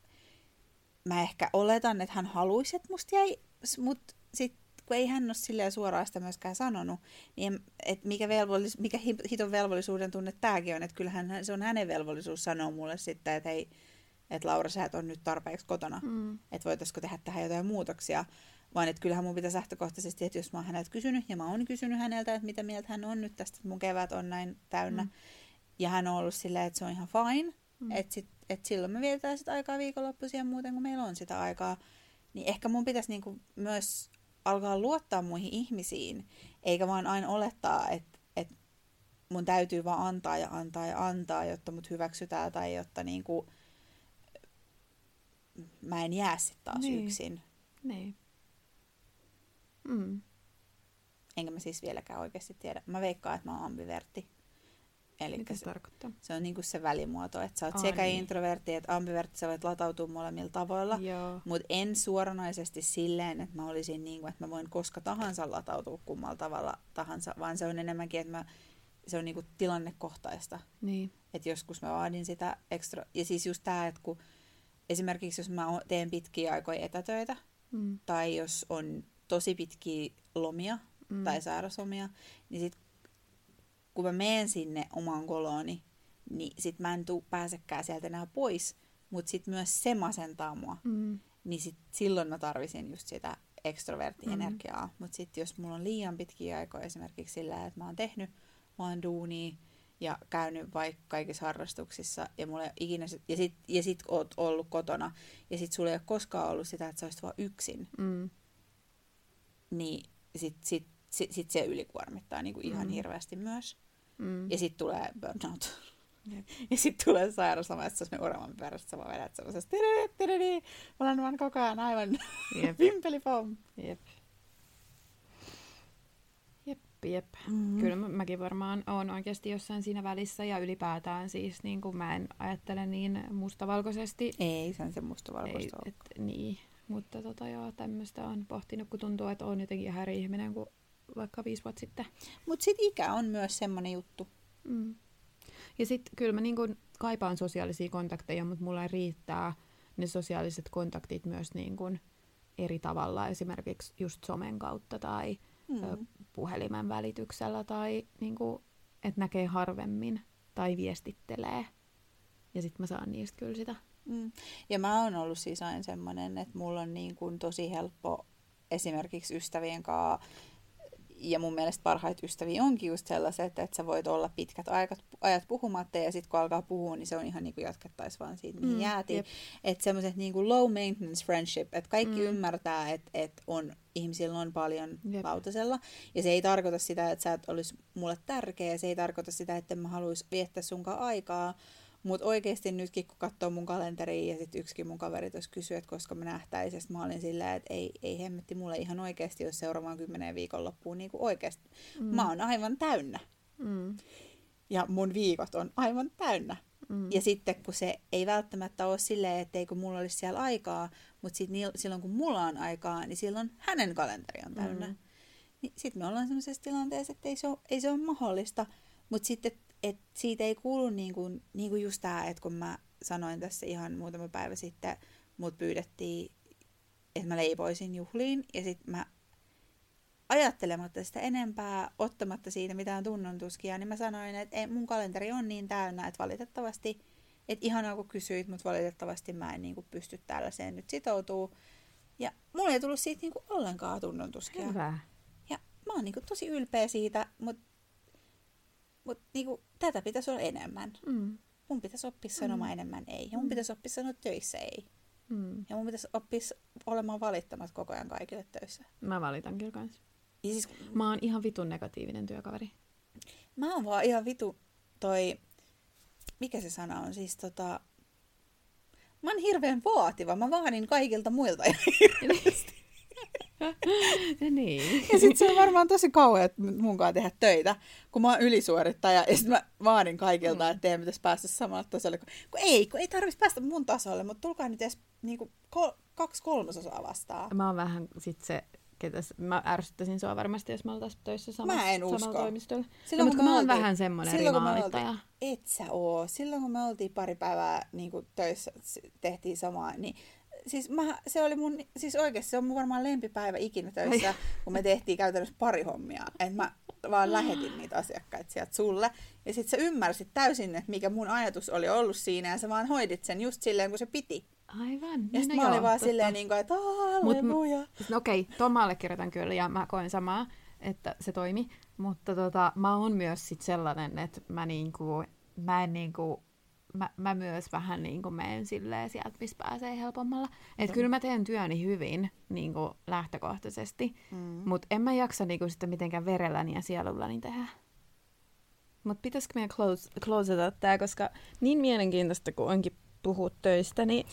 mä ehkä oletan, että hän haluaisi, että musta jäi, mut sit kun ei hän ole silleen suoraan sitä myöskään sanonut, niin mikä hiton velvollisuuden tunne tääkin on, että kyllähän se on hänen velvollisuus sanoa mulle sitten, että hei, että Laura, sä et ole nyt tarpeeksi kotona, että voitaisiko tehdä tähän jotain muutoksia, vaan että kyllähän mun pitäisi lähtökohtaisesti, että jos mä oon häneltä kysynyt, ja mä oon kysynyt häneltä, että mitä mieltä hän on nyt tästä, että mun kevät on näin täynnä, ja hän on ollut silleen, että se on ihan fine, että silloin me vietetään sitä aikaa viikonloppuisia muuten, kun meillä on sitä aikaa, niin ehkä mun pitäisi niinku myös alkaa luottaa muihin ihmisiin, eikä vaan aina olettaa, että mun täytyy vaan antaa ja antaa ja antaa, jotta mut hyväksytään tai jotta niinku mä en jää sit taas yksin. Niin. Enkä mä siis vieläkään oikeasti tiedä. Mä veikkaan, että mä oon ambivertti. Mitä se tarkoittaa? Se on niinku se välimuoto, että sä oot sekä introvertti että ambivertti, sä voit latautua molemmilla tavoilla, mutta en suoranaisesti silleen, että mä olisin niinku, että mä voin koska tahansa latautua kummalla tavalla tahansa, vaan se on enemmänkin, että se on niinku tilannekohtaista. Niin. Että joskus mä vaadin sitä ekstra, ja siis just tää, että kun esimerkiksi jos mä teen pitkiä aikoja etätöitä, tai jos on tosi pitkiä lomia tai sairauslomia, niin sit kun mä menen sinne omaan kolooni, niin sit mä en pääsekään sieltä enää pois, mutta sit myös se masentaa mua. Niin sit silloin mä tarvisin just sitä ekstroverttienergiaa. Mutta sit jos mulla on liian pitkiä aikoja esimerkiksi sillä, että mä oon tehnyt vaan duunia ja käynyt vaikka kaikissa harrastuksissa ja mulla ei ikinä ja sit oot ollut kotona ja sit sulla ei ole koskaan ollut sitä, että sä olisit vaan yksin. Niin sit se ylikuormittaa niinku ihan hirveästi myös. Ja sit tulee burnout. Ja sit tulee sairausloma, että se on uramman perässä, sä vaan vedät semmoisesta mä olen vaan koko ajan aivan vimpelipom. Jep. Jep. Kyllä mäkin varmaan oon oikeasti jossain siinä välissä ja ylipäätään siis niin kuin mä en ajattele niin mustavalkoisesti. Ei se mustavalkoista ole. Niin, mutta joo, tämmöistä on pohtinut, kun tuntuu, että on jotenkin ihan eri ihminen kuin vaikka 5 vuotta sitten. Mutta sitten ikä on myös semmoinen juttu. Ja sitten kyllä mä niin kuin kaipaan sosiaalisia kontakteja, mutta mulla riittää ne sosiaaliset kontaktit myös niin kuin eri tavalla, esimerkiksi just somen kautta tai puhelimen välityksellä tai niin kuin, että näkee harvemmin tai viestittelee. Ja sitten mä saan niistä kyllä sitä. Ja mä oon ollut siis aina semmoinen, että mulla on niin kuin tosi helppo esimerkiksi ystävien kanssa, ja mun mielestä parhaita ystäviä onkin just sellaiset, että sä voit olla pitkät ajat puhumatta, ja sitten kun alkaa puhua, niin se on ihan niin kuin jatkettaisiin vaan siitä, mihin jäätiin. Että semmoiset niin kuin low maintenance friendship, että kaikki ymmärtää, että ihmisillä on paljon lautasella, ja se ei tarkoita sitä, että sä et olisi mulle tärkeä, se ei tarkoita sitä, että mä haluaisi viettää sunkaan aikaa, mutta oikeasti nytkin, kun katsoo mun kalenteria ja sitten yksikin mun kaveri tuossa kysyi, että koska mä nähtäisin, mä olin silleen, että ei hemmetti mulle ihan oikeasti, jos seuraavaan 10 viikonloppuun niin oikeasti. Mä oon aivan täynnä. Ja mun viikot on aivan täynnä. Ja sitten kun se ei välttämättä ole silleen, etteikö mulla olisi siellä aikaa, mutta silloin kun mulla on aikaa, niin silloin hänen kalenteri on täynnä. Niin sitten me ollaan sellaisessa tilanteessa, että ei se ole mahdollista, mutta sitten et siitä ei kuulu niin kuin just tämä, että kun mä sanoin tässä ihan muutama päivä sitten, mut pyydettiin, että mä leipoisin juhliin, ja sitten mä ajattelematta sitä enempää, ottamatta siitä mitään tunnontuskia, niin mä sanoin, että mun kalenteri on niin täynnä, että valitettavasti, että ihanaa kun kysyit, mutta valitettavasti mä en niin kuin pysty tällaiseen nyt sitoutuu. Ja mulla ei tullut siitä niin kuin ollenkaan tunnontuskia. Hyvä. Ja mä oon niin kuin tosi ylpeä siitä, mutta niinku, tätä pitäisi olla enemmän. Mun pitäisi oppia sanomaan enemmän ei. Ja mun pitäisi oppia sanoa töissä ei. Ja mun pitäisi oppia olemaan valittamat koko ajan kaikille töissä. Mä valitan kyllä kans. Ja siis, mä oon ihan vitun negatiivinen työkaveri. Mä oon vaan ihan mikä se sana on siis mä oon hirveän vaativa. Mä vaadin kaikilta muilta ihan hirveästi. Niin. Ja sit se on varmaan tosi kauhean munkaan tehdä töitä, kun mä oon ylisuorittaja, ja sit mä vaadin kaikilta, että teidän pitäisi päästä samalle tasolle. Kun ei tarvitsisi päästä mun tasolle, mutta tulkaa nyt edes niinku 2/3 vastaan. Mä oon vähän sit se, mä ärsyttäisin sua varmasti, jos me oltais töissä samalla toimistolla. Silloin, mutta mä oon vähän semmonen rimaalittaja. Et sä oo. Silloin kun me oltiin pari päivää niinku töissä, tehtiin samaa, niin siis se oli mun, siis oikeesti se on mun varmaan lempipäivä ikinä töissä, kun me tehtiin käytännössä pari hommia. Että mä vaan lähetin niitä asiakkaita sieltä sulle. Ja sit sä ymmärsit täysin, että mikä mun ajatus oli ollut siinä, ja sä vaan hoidit sen just silleen, kun se piti. Aivan. Ja sit mä olin vaan silleen, niin kuin, että halleluja. Okei, ton mä allekirjoitan kyllä, ja mä koen samaa, että se toimi. Mutta mä oon myös sit sellainen, että mä myös vähän niinku menen silleen sieltä, missä pääsee helpommalla. Että kyllä mä teen työni hyvin niinku lähtökohtaisesti, mutta en mä jaksa niinku sitä mitenkään verelläni ja sielullani tehdä. Mutta pitäisikö meidän closeta tää, koska niin mielenkiintoista kun onkin puhua töistä, niin...